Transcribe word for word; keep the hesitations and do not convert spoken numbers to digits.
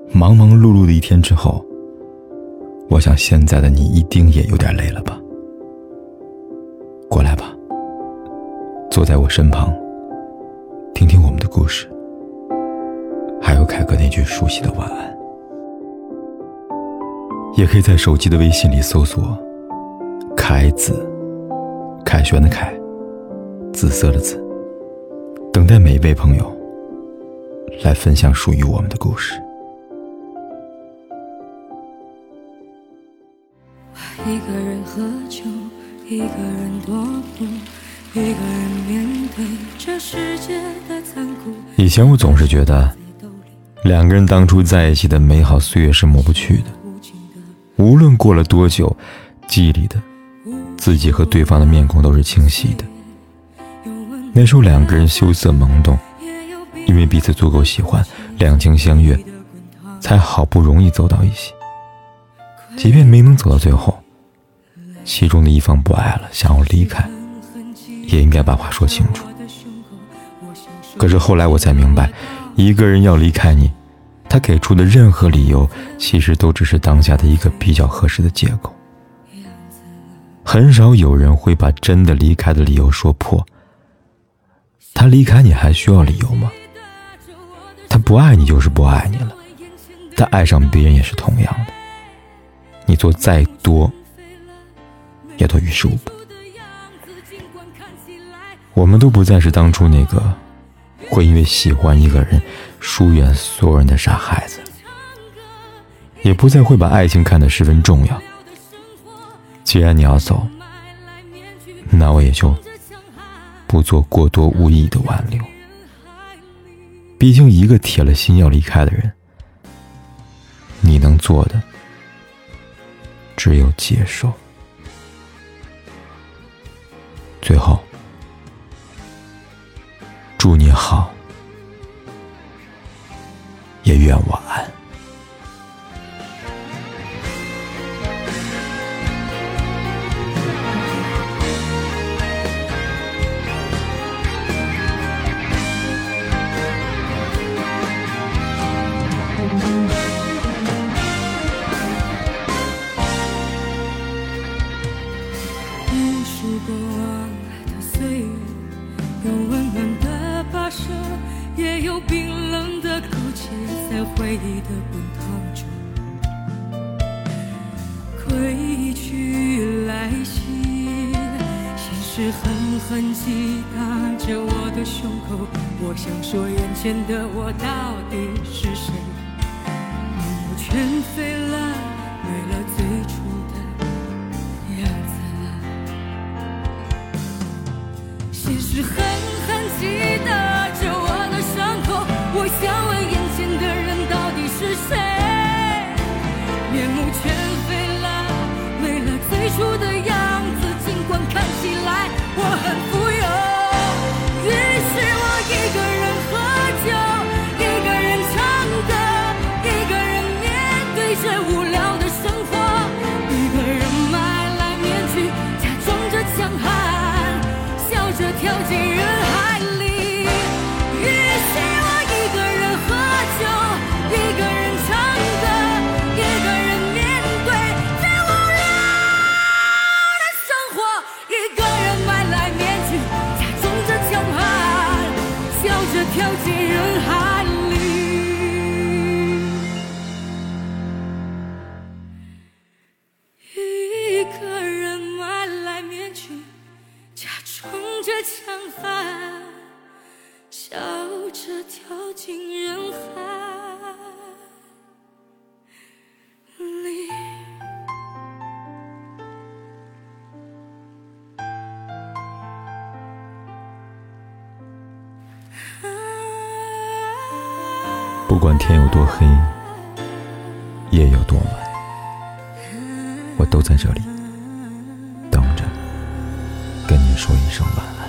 忙忙碌碌的一天之后，我想现在的你一定也有点累了吧。过来吧，坐在我身旁，听听我们的故事，还有凯哥那句熟悉的晚安。也可以在手机的微信里搜索凯子，凯旋的凯，紫色的紫，等待每一位朋友来分享属于我们的故事。 一个人喝酒，一个人踱步，一个人面对这世界的残酷。 以前我总是觉得两个人当初在一起的美好岁月是抹不去的，无论过了多久，记忆里的自己和对方的面孔都是清晰的。那时候两个人羞涩懵懂，因为彼此足够喜欢，两情相悦，才好不容易走到一起。即便没能走到最后，其中的一方不爱了，想要离开，也应该把话说清楚。可是后来我才明白，一个人要离开你，他给出的任何理由其实都只是当下的一个比较合适的借口。很少有人会把真的离开的理由说破。他离开你还需要理由吗？他不爱你就是不爱你了，他爱上别人也是同样的，你做再多也都于事无补。我们都不再是当初那个会因为喜欢一个人疏远所有人的傻孩子，也不再会把爱情看得十分重要。既然你要走，那我也就不做过多无意义的挽留。毕竟一个铁了心要离开的人，你能做的只有接受。最后，祝你好，也愿晚安。 你是过往的岁月，有温暖的跋涉，也有冰冷的苟且，在回忆的滚烫中归去来兮。现实狠狠击打着我的胸口，我想说眼前的我到底是谁？面目全非了，没了最初的样子了。现实狠狠击打着我的伤口，我想问眼前的人到底是谁？面目全非了，没了最初的样子，尽管看起来我很富有。于是我一个人喝酒，一个人唱歌，一个人面对着无聊的生活，一个人买来面具，假装着强悍，笑着跳进人海里。于是我一个人喝酒，一个人唱歌，一个人面对最无聊的生活，一个人买来面具，假装着强悍，笑着跳进人海里。一个人买来面具，假装着强悍，笑着跳进人海里。 不管天有多黑，夜有多晚，我都在这里等着跟你说一声晚安。